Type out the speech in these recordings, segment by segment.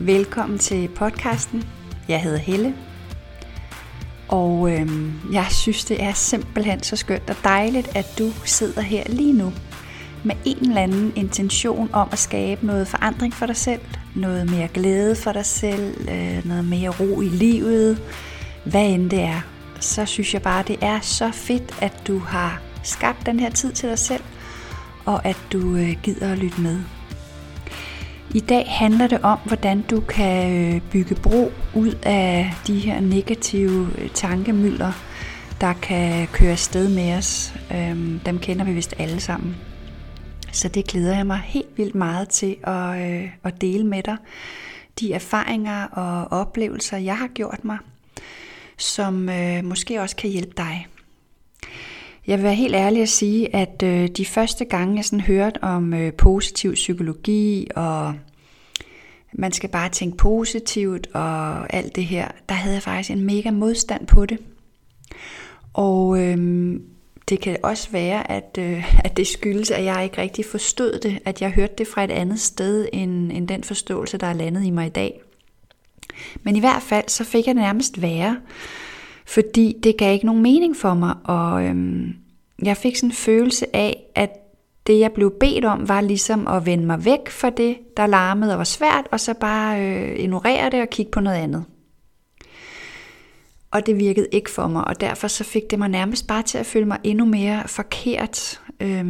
Velkommen til podcasten. Jeg hedder Helle, og jeg synes, det er simpelthen så skønt og dejligt, at du sidder her lige nu med en eller anden intention om at skabe noget forandring for dig selv, noget mere glæde for dig selv, noget mere ro i livet, hvad end det er. Så synes jeg bare, det er så fedt, at du har skabt den her tid til dig selv, og at du gider at lytte med. I dag handler det om, hvordan du kan bygge bro ud af de her negative tankemylder, der kan køre afsted med os. Dem kender vi vist alle sammen. Så det glæder jeg mig helt vildt meget til at dele med dig. De erfaringer og oplevelser, jeg har gjort mig, som måske også kan hjælpe dig. Jeg vil være helt ærlig at sige, at de første gange, jeg sådan hørte om positiv psykologi, og man skal bare tænke positivt, og alt det her, der havde jeg faktisk en mega modstand på det. Og det kan også være, at det skyldes, at jeg ikke rigtig forstod det, at jeg hørte det fra et andet sted, end den forståelse, der er landet i mig i dag. Men i hvert fald, så fik jeg det nærmest værre, fordi det gav ikke nogen mening for mig, og jeg fik sådan en følelse af, at det jeg blev bedt om, var ligesom at vende mig væk fra det, der larmede og var svært, og så bare ignorere det og kigge på noget andet. Og det virkede ikke for mig, og derfor så fik det mig nærmest bare til at føle mig endnu mere forkert.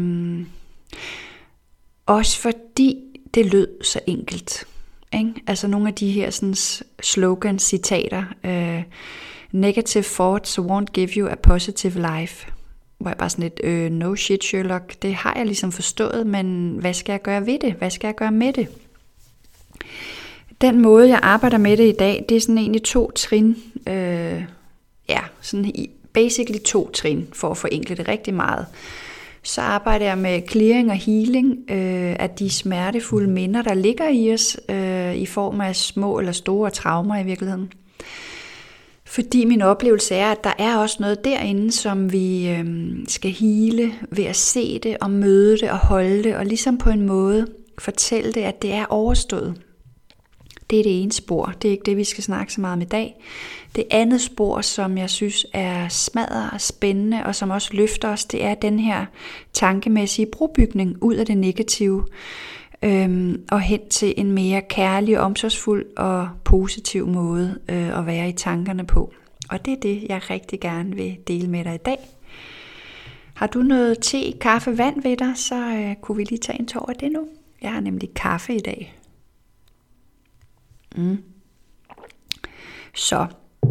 Også fordi det lød så enkelt. Ikke? Altså nogle af de her sådan, slogan-citater. Negative thoughts won't give you a positive life. Hvor jeg bare sådan lidt, no shit Sherlock, det har jeg ligesom forstået, men hvad skal jeg gøre ved det? Hvad skal jeg gøre med det? Den måde, jeg arbejder med det i dag, det er sådan egentlig 2 trin. Sådan basically 2 trin, for at forenkle det rigtig meget. Så arbejder jeg med clearing og healing af de smertefulde minder, der ligger i os, i form af små eller store traumer i virkeligheden. Fordi min oplevelse er, at der er også noget derinde, som vi skal hele ved at se det og møde det og holde det, og ligesom på en måde fortælle det, at det er overstået. Det er det ene spor. Det er ikke det, vi skal snakke så meget om i dag. Det andet spor, som jeg synes er smadret og spændende, og som også løfter os, det er den her tankemæssige brobygning ud af det negative, og hen til en mere kærlig, omsorgsfuld og positiv måde at være i tankerne på. Og det er det, jeg rigtig gerne vil dele med dig i dag. Har du noget te, kaffe, vand ved dig, så kunne vi lige tage en tår af det nu. Jeg har nemlig kaffe i dag. Så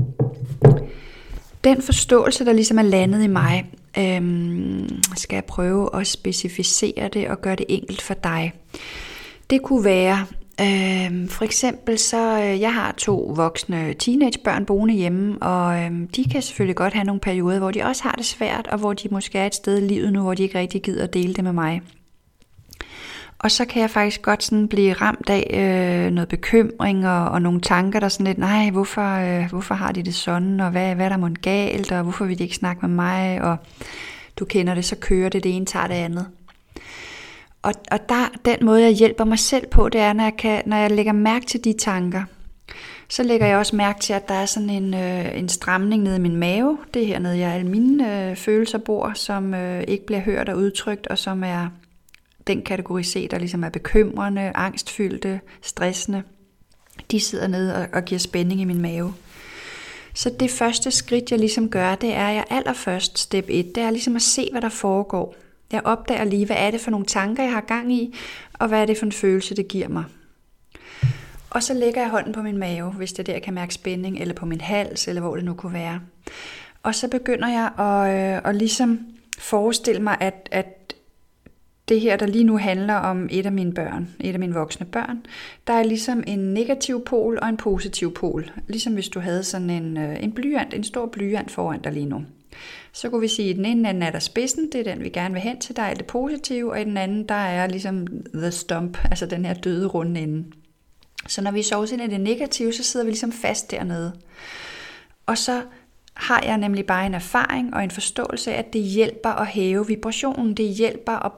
den forståelse, der ligesom er landet i mig, skal jeg prøve at specificere det og gøre det enkelt for dig. Det kunne være, for eksempel så, jeg har 2 voksne teenagebørn boende hjemme, og de kan selvfølgelig godt have nogle perioder, hvor de også har det svært, og hvor de måske er et sted i livet nu, hvor de ikke rigtig gider at dele det med mig. Og så kan jeg faktisk godt sådan blive ramt af noget bekymring og nogle tanker, der sådan lidt, nej, hvorfor har de det sådan, og hvad er der mon galt, og hvorfor vil de ikke snakke med mig, og du kender det, så kører det ene, tager det andet. Og den måde, jeg hjælper mig selv på, det er, når jeg lægger mærke til de tanker, så lægger jeg også mærke til, at der er sådan en stramning nede i min mave. Det er hernede, jeg alle mine følelser bor, som ikke bliver hørt og udtrykt, og som er den kategori C, der ligesom er bekymrende, angstfyldte, stressende. De sidder nede og giver spænding i min mave. Så det første skridt, jeg ligesom gør, det er, jeg allerførst, step 1, det er ligesom at se, hvad der foregår. Jeg opdager lige, hvad er det for nogle tanker, jeg har gang i, og hvad er det for en følelse, det giver mig. Og så lægger jeg hånden på min mave, hvis det er der, jeg kan mærke spænding, eller på min hals, eller hvor det nu kunne være. Og så begynder jeg at ligesom forestille mig, at det her, der lige nu handler om et af mine voksne børn, der er ligesom en negativ pol og en positiv pol. Ligesom hvis du havde sådan en blyant, en stor blyant foran dig lige nu. Så kunne vi sige, at i den ene ende er der spidsen, det er den, vi gerne vil hen til, der er det positive, og i den anden, der er ligesom the stump, altså den her døde runde ende. Så når vi sover ind i det negative, så sidder vi ligesom fast dernede. Og så har jeg nemlig bare en erfaring og en forståelse af, at det hjælper at hæve vibrationen, det hjælper at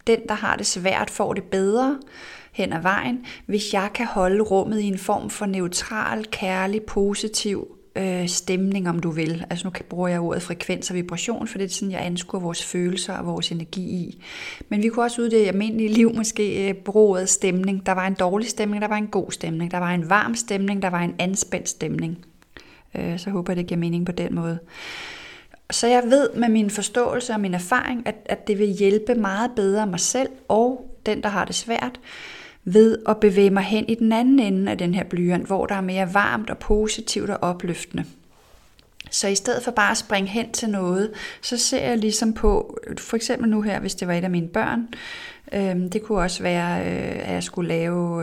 den, der har det svært, får det bedre hen ad vejen, hvis jeg kan holde rummet i en form for neutral, kærlig, positiv stemning, om du vil. Altså nu bruger jeg ordet frekvens og vibration, for det er sådan, jeg anskuer vores følelser og vores energi i. Men vi kunne også ud i det almindelige liv måske bruge ordet stemning. Der var en dårlig stemning, der var en god stemning, der var en varm stemning, der var en anspændt stemning. Så håber jeg, det giver mening på den måde. Så jeg ved med min forståelse og min erfaring, at det vil hjælpe meget bedre mig selv og den, der har det svært, ved at bevæge mig hen i den anden ende af den her blyant, hvor der er mere varmt og positivt og opløftende. Så i stedet for bare at springe hen til noget, så ser jeg ligesom på, for eksempel nu her, hvis det var et af mine børn, det kunne også være, at jeg skulle lave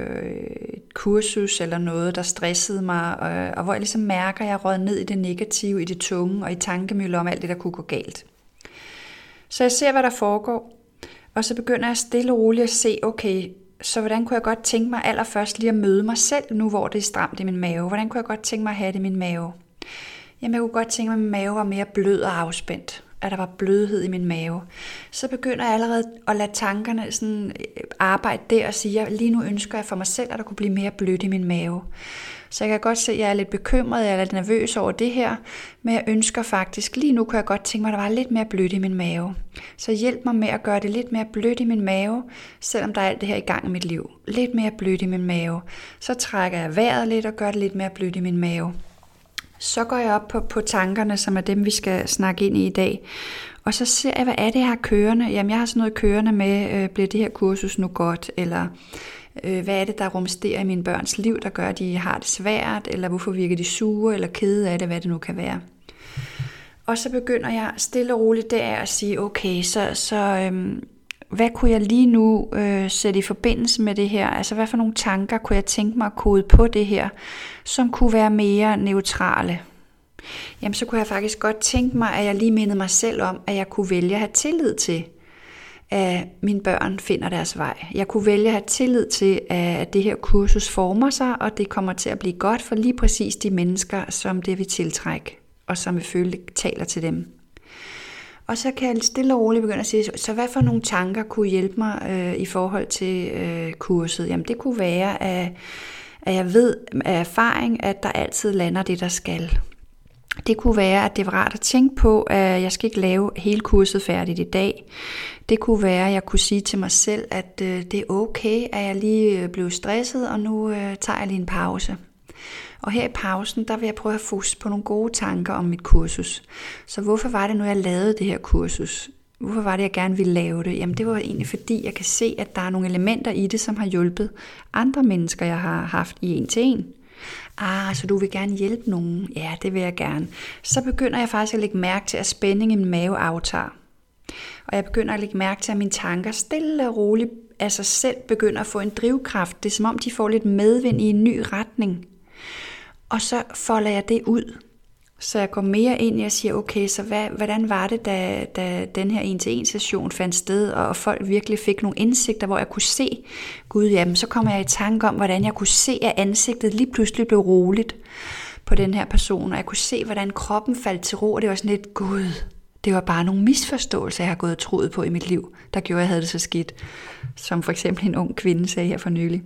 et kursus eller noget, der stressede mig, og hvor jeg ligesom mærker, at jeg rød ned i det negative, i det tunge og i tankemøller om alt det, der kunne gå galt. Så jeg ser, hvad der foregår, og så begynder jeg stille og roligt at se, okay, så hvordan kunne jeg godt tænke mig allerførst lige at møde mig selv, nu hvor det er stramt i min mave? Hvordan kunne jeg godt tænke mig at have det i min mave? Jamen jeg kunne godt tænke mig, at min mave var mere blød og afspændt. At der var blødhed i min mave. Så begynder jeg allerede at lade tankerne sådan arbejde der og sige, at lige nu ønsker jeg for mig selv, at der kunne blive mere blødt i min mave. Så jeg kan godt se, at jeg er lidt bekymret, jeg er lidt nervøs over det her, men jeg ønsker faktisk, lige nu kunne jeg godt tænke mig, at der var lidt mere blødt i min mave. Så hjælp mig med at gøre det lidt mere blødt i min mave, selvom der er alt det her i gang i mit liv. Lidt mere blødt i min mave. Så trækker jeg vejret lidt og gør det lidt mere blødt i min mave. Så går jeg op på tankerne, som er dem, vi skal snakke ind i dag. Og så ser jeg, hvad er det, jeg har kørende? Jamen, jeg har sådan noget kørende med, bliver det her kursus nu godt? Eller hvad er det, der rumsterer i mine børns liv, der gør, at de har det svært? Eller hvorfor virker de sure eller kede af det, hvad det nu kan være? Og så begynder jeg stille og roligt der at sige, okay, så hvad kunne jeg lige nu sætte i forbindelse med det her? Altså, hvad for nogle tanker kunne jeg tænke mig at kode på det her, som kunne være mere neutrale? Jamen, så kunne jeg faktisk godt tænke mig, at jeg lige mindede mig selv om, at jeg kunne vælge at have tillid til, at mine børn finder deres vej. Jeg kunne vælge at have tillid til, at det her kursus former sig, og det kommer til at blive godt for lige præcis de mennesker, som det vil tiltrække, og som vil føle, taler til dem. Og så kan jeg stille og roligt begynde at sige, så hvad for nogle tanker kunne hjælpe mig i forhold til kurset? Jamen det kunne være, at jeg ved af erfaring, at der altid lander det, der skal. Det kunne være, at det var rart at tænke på, at jeg skal ikke lave hele kurset færdigt i dag. Det kunne være, at jeg kunne sige til mig selv, at det er okay, at jeg lige blev stresset, og nu tager jeg lige en pause. Og her i pausen, der vil jeg prøve at fokusere på nogle gode tanker om mit kursus. Så hvorfor var det nu, jeg lavede det her kursus? Hvorfor var det, jeg gerne ville lave det? Jamen det var egentlig fordi, jeg kan se, at der er nogle elementer i det, som har hjulpet andre mennesker, jeg har haft i 1-til-1. Så du vil gerne hjælpe nogen? Ja, det vil jeg gerne. Så begynder jeg faktisk at lægge mærke til, at spændingen i min mave aftager. Og jeg begynder at lægge mærke til, at mine tanker stille og roligt af sig selv begynder at få en drivkraft. Det er som om, de får lidt medvind i en ny retning. Og så folder jeg det ud. Så jeg går mere ind i at sige, okay, så hvordan var det, da den her 1-til-1 session fandt sted, og folk virkelig fik nogle indsigter, hvor jeg kunne se, gud, jamen, så kommer jeg i tanke om, hvordan jeg kunne se, at ansigtet lige pludselig blev roligt på den her person, og jeg kunne se, hvordan kroppen faldt til ro, og det var sådan lidt, gud, det var bare nogle misforståelser, jeg har gået og troet på i mit liv, der gjorde, at jeg havde det så skidt, som for eksempel en ung kvinde sagde her for nylig.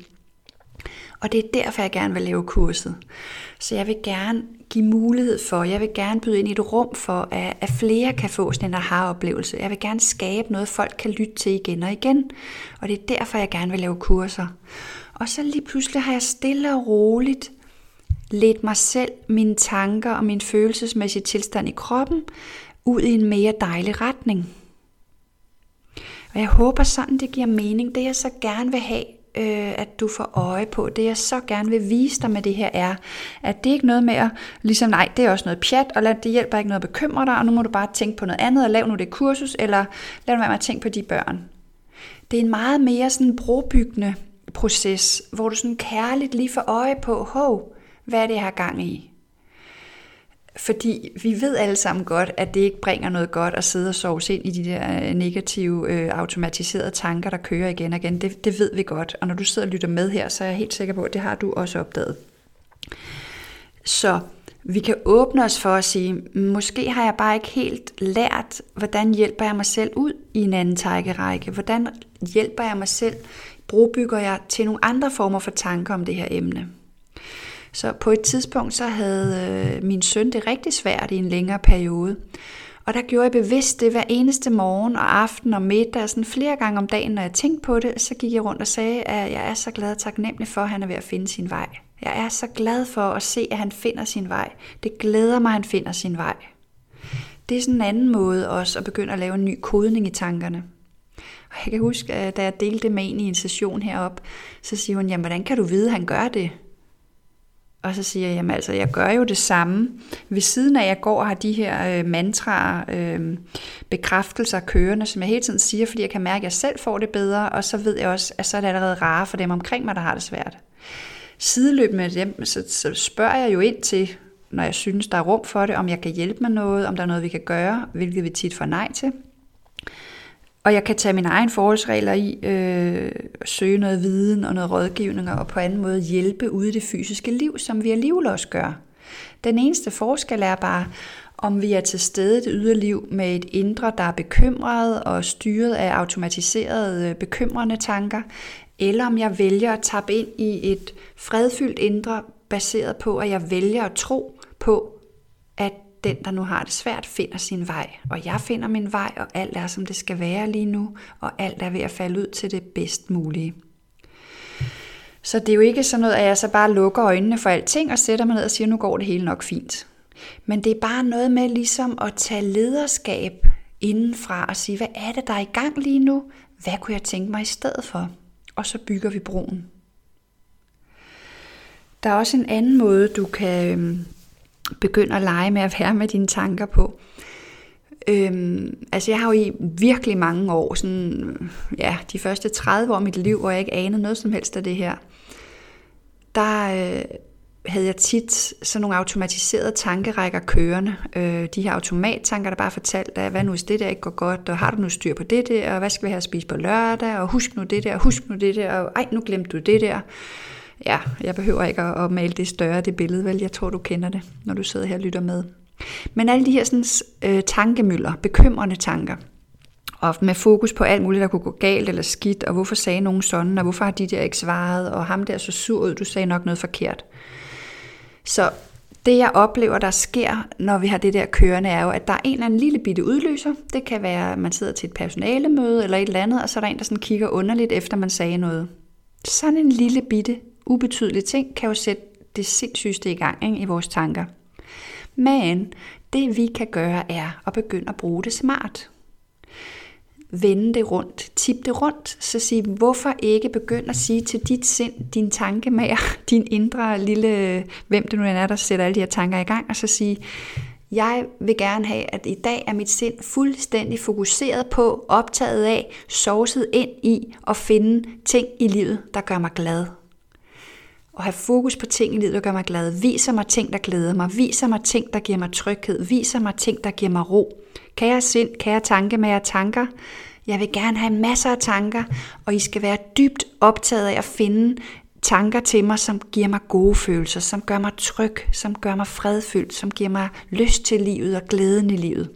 Og det er derfor, jeg gerne vil lave kurset. Så jeg vil gerne give mulighed for, jeg vil gerne byde ind i et rum for, at flere kan få sådan en aha-oplevelse. Jeg vil gerne skabe noget, folk kan lytte til igen og igen. Og det er derfor, jeg gerne vil lave kurser. Og så lige pludselig har jeg stille og roligt ledt mig selv, mine tanker og min følelsesmæssige tilstand i kroppen ud i en mere dejlig retning. Og jeg håber sådan, det giver mening. Det jeg så gerne vil have, at du får øje på, det jeg så gerne vil vise dig med det her er, at det ikke noget med at, ligesom nej, det er også noget pjat, og det hjælper ikke noget at bekymre dig, og nu må du bare tænke på noget andet, og lav nu det kursus, eller lad nu være med at tænke på de børn. Det er en meget mere sådan brobyggende proces, hvor du sådan kærligt lige får øje på, hvad er det, jeg har gang i? Fordi vi ved alle sammen godt, at det ikke bringer noget godt at sidde og sove ind i de der negative, automatiserede tanker, der kører igen og igen. Det ved vi godt. Og når du sidder og lytter med her, så er jeg helt sikker på, at det har du også opdaget. Så Vi kan åbne os for at sige, måske har jeg bare ikke helt lært, hvordan hjælper jeg mig selv ud i en anden tankerække? Hvordan hjælper jeg mig selv? Brobygger jeg til nogle andre former for tanker om det her emne? Så på et tidspunkt, så havde min søn det rigtig svært i en længere periode. Og der gjorde jeg bevidst det hver eneste morgen og aften og middag, sådan flere gange om dagen, når jeg tænkte på det, så gik jeg rundt og sagde, at jeg er så glad og taknemmelig for, at han er ved at finde sin vej. Jeg er så glad for at se, at han finder sin vej. Det glæder mig, at han finder sin vej. Det er sådan en anden måde også at begynde at lave en ny kodning i tankerne. Og jeg kan huske, at da jeg delte det med en i en session heroppe, så siger hun, jamen hvordan kan du vide, at han gør det? Og så siger jeg, jamen altså, jeg gør jo det samme. Ved siden af, at jeg går og har de her mantraer, bekræftelser kørende, som jeg hele tiden siger, fordi jeg kan mærke, at jeg selv får det bedre, og så ved jeg også, at så er det allerede rarere for dem omkring mig, der har det svært. Sideløbende med dem, så spørger jeg jo ind til, når jeg synes, der er rum for det, om jeg kan hjælpe med noget, om der er noget, vi kan gøre, hvilket vi tit får nej til. Og jeg kan tage mine egne forholdsregler i, søge noget viden og noget rådgivning, og på anden måde hjælpe ude i det fysiske liv, som vi alligevel også gør. Den eneste forskel er bare, om vi er til stede i det ydre liv med et indre, der er bekymret og styret af automatiserede bekymrende tanker, eller om jeg vælger at tappe ind i et fredfyldt indre, baseret på, at jeg vælger at tro på, at den, der nu har det svært, finder sin vej. Og jeg finder min vej, og alt er, som det skal være lige nu, og alt er ved at falde ud til det bedst mulige. Så det er jo ikke sådan noget, at jeg så bare lukker øjnene for alting, og sætter mig ned og siger, nu går det hele nok fint. Men det er bare noget med ligesom at tage lederskab indenfra, og sige, hvad er det, der er i gang lige nu? Hvad kunne jeg tænke mig i stedet for? Og så bygger vi broen. Der er også en anden måde, du kan begynde at lege med at være med dine tanker på. Altså jeg har jo i virkelig mange år, sådan, ja, de første 30 år af mit liv, hvor jeg ikke anede noget som helst af det her, der havde jeg tit sådan nogle automatiserede tankerækker kørende. De her automattanker, der bare fortalte, hvad nu hvis det der ikke går godt, og har du nu styr på det der, og hvad skal vi have at spise på lørdag, og husk nu det der, husk nu det der, og ej, nu glemte du det der. Ja, jeg behøver ikke at male det større, det billede, vel? Jeg tror, du kender det, når du sidder her og lytter med. Men alle de her sådan, tankemøller, bekymrende tanker, og med fokus på alt muligt, der kunne gå galt eller skidt, og hvorfor sagde nogen sådan, og hvorfor har de der ikke svaret, og ham der så sur ud, du sagde nok noget forkert. Så det, jeg oplever, der sker, når vi har det der kørende, er jo, at der er en eller anden lille bitte udløser. Det kan være, at man sidder til et personalemøde eller et eller andet, og så er der en, der sådan kigger underligt, efter man sagde noget. Sådan en lille bitte, ubetydelig ting, kan jo sætte det sindssygeste i gang, ikke, i vores tanker. Men det vi kan gøre, er at begynde at bruge det smart. Vende det rundt, tip det rundt, så sige, hvorfor ikke begynde at sige til dit sind, din tankemager, din indre lille, hvem det nu er, der sætter alle de her tanker i gang, og så sige, jeg vil gerne have, at i dag er mit sind fuldstændig fokuseret på, optaget af, sovset ind i at finde ting i livet, der gør mig glad. Og have fokus på ting i livet, der gør mig glad. Viser mig ting, der glæder mig. Viser mig ting, der giver mig tryghed. Viser mig ting, der giver mig ro. Kære sind, kære tankemager, tanker. Jeg vil gerne have masser af tanker, og I skal være dybt optaget af at finde tanker til mig, som giver mig gode følelser, som gør mig tryg, som gør mig fredfyldt, som giver mig lyst til livet og glæden i livet.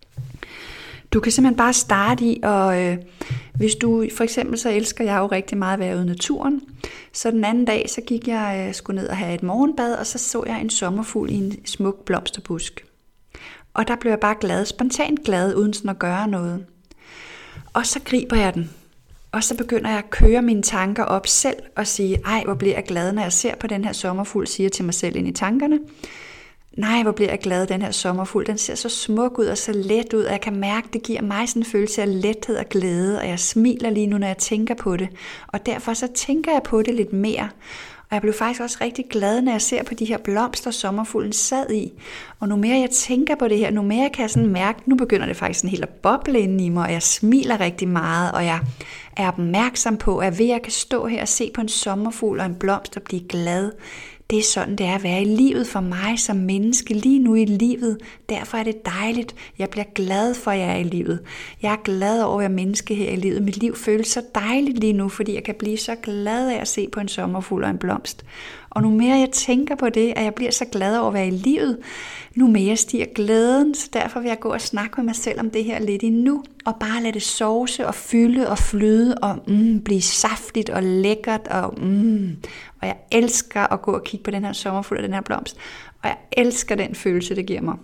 Du kan simpelthen bare starte i, og hvis du for eksempel, så elsker jeg jo rigtig meget at være ude i naturen, så den anden dag, så gik jeg skulle ned og have et morgenbad, og så jeg en sommerfugl i en smuk blomsterbusk. Og der blev jeg bare glad, spontant glad, uden sådan at gøre noget. Og så griber jeg den, og så begynder jeg at køre mine tanker op selv, og sige, ej, hvor bliver jeg glad, når jeg ser på den her sommerfugl, siger til mig selv ind i tankerne. Nej, hvor bliver jeg glad, den her sommerfugl, den ser så smuk ud og så let ud, og jeg kan mærke, det giver mig sådan en følelse af lethed og glæde, og jeg smiler lige nu, når jeg tænker på det. Og derfor så tænker jeg på det lidt mere. Og jeg blev faktisk også rigtig glad, når jeg ser på de her blomster, sommerfuglen sad i. Og nu mere jeg tænker på det her, nu mere jeg kan sådan mærke, nu begynder det faktisk sådan helt at boble inde i mig, og jeg smiler rigtig meget, og jeg er opmærksom på, at ved at jeg kan stå her og se på en sommerfugl og en blomst og blive glad, det er sådan, det er at være i livet for mig som menneske lige nu i livet. Derfor er det dejligt. Jeg bliver glad for, at jeg er i livet. Jeg er glad over at være menneske her i livet. Mit liv føles så dejligt lige nu, fordi jeg kan blive så glad af at se på en sommerfugl og en blomst. Og nu mere jeg tænker på det, at jeg bliver så glad over at være i livet, nu mere stiger glæden. Så derfor vil jeg gå og snakke med mig selv om det her lidt endnu. Og bare lade det sovse og fylde og flyde og blive saftigt og lækkert. Og jeg elsker at gå og kigge på den her sommerfugl og den her blomst. Og jeg elsker den følelse, det giver mig.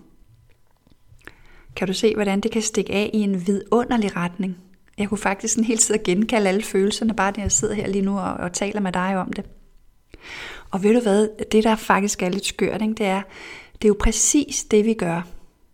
Kan du se, hvordan det kan stikke af i en vidunderlig retning? Jeg kunne faktisk sådan hele tiden genkalde alle følelserne, bare når jeg sidder her lige nu og taler med dig om det. Og ved du hvad, det der faktisk er lidt skørt, ikke? Det er jo præcis det, vi gør.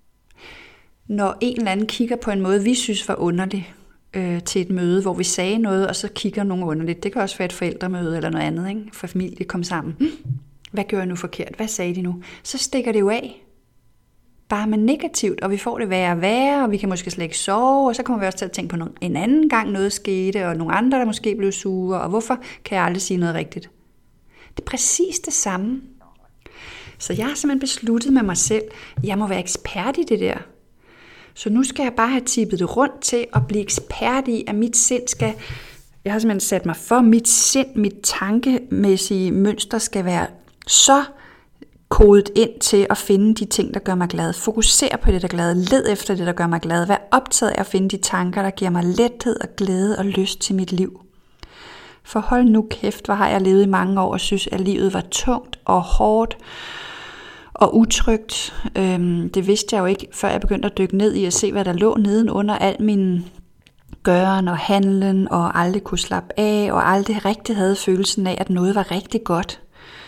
Når en eller anden kigger på en måde, vi synes var underlig til et møde, hvor vi sagde noget, og så kigger nogen underligt. Det kan også være et forældremøde eller noget andet, ikke? For familie kom sammen. Hvad gør jeg nu forkert? Hvad sagde de nu? Så stikker det jo af. Bare med negativt, og vi får det værre og værre, og vi kan måske slet ikke sove, og så kommer vi også til at tænke på en anden gang noget skete, og nogle andre, der måske blev sure, og hvorfor kan jeg aldrig sige noget rigtigt? Det er præcis det samme. Så jeg har simpelthen besluttet med mig selv, at jeg må være ekspert i det der. Så nu skal jeg bare have tippet det rundt til at blive ekspert i, at mit sind skal... Jeg har simpelthen sat mig for, mit sind, mit tankemæssige mønster skal være så kodet ind til at finde de ting, der gør mig glad. Fokusere på det, der er glad. Led efter det, der gør mig glad. Vær optaget af at finde de tanker, der giver mig lethed og glæde og lyst til mit liv. For hold nu kæft, hvor har jeg levet i mange år og synes, at livet var tungt og hårdt og utrygt. Det vidste jeg jo ikke, før jeg begyndte at dykke ned i at se, hvad der lå nedenunder al min gøren og handlen, og aldrig kunne slappe af, og aldrig rigtig havde følelsen af, at noget var rigtig godt.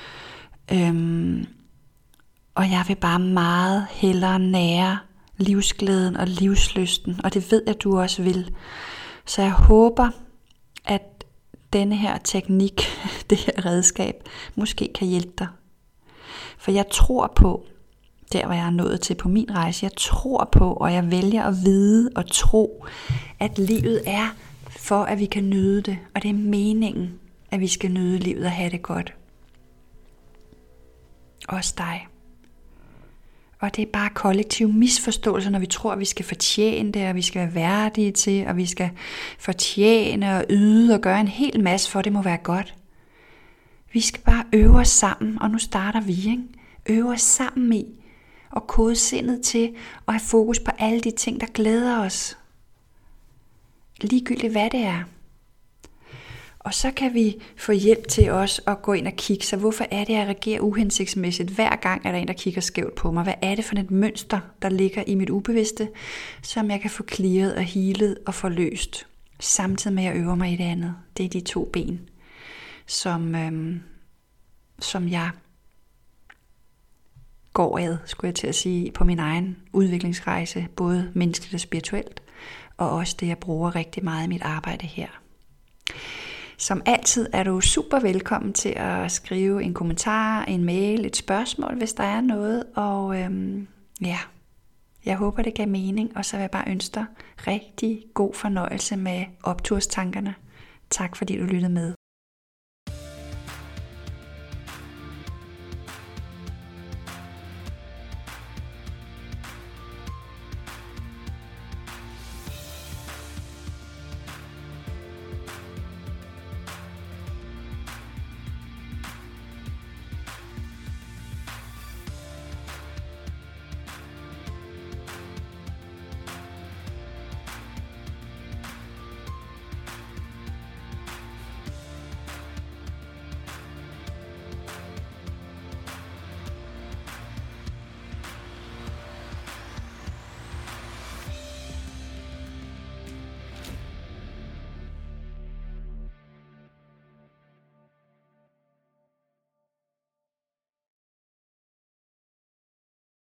Og jeg vil bare meget hellere nære livsglæden og livslysten, og det ved jeg, du også vil. Så jeg håber, at denne her teknik, det her redskab, måske kan hjælpe dig. For jeg tror på, der hvor jeg er nået til på min rejse, jeg tror på, og jeg vælger at vide og tro, at livet er for, at vi kan nyde det. Og det er meningen, at vi skal nyde livet og have det godt. Også dig. Og det er bare kollektiv misforståelse, når vi tror, at vi skal fortjene det, og vi skal være værdige til, og vi skal fortjene og yde og gøre en hel masse, for det må være godt. Vi skal bare øve os sammen, og nu starter vi, ikke? Øve os sammen i og kode sindet til at have fokus på alle de ting, der glæder os. Ligegyldigt hvad det er. Og så kan vi få hjælp til os at gå ind og kigge, så hvorfor er det, at jeg reagerer uhensigtsmæssigt? Hver gang er der en, der kigger skævt på mig. Hvad er det for et mønster, der ligger i mit ubevidste, som jeg kan få clearet og healet og forløst, samtidig med at jeg øver mig i det andet. Det er de 2 ben, som jeg går ad, skulle jeg til at sige, på min egen udviklingsrejse, både menneskeligt og spirituelt, og også det, jeg bruger rigtig meget i mit arbejde her. Som altid er du super velkommen til at skrive en kommentar, en mail, et spørgsmål, hvis der er noget. Og jeg håber, det gav mening, og så vil jeg bare ønske dig rigtig god fornøjelse med opturstankerne. Tak fordi du lyttede med.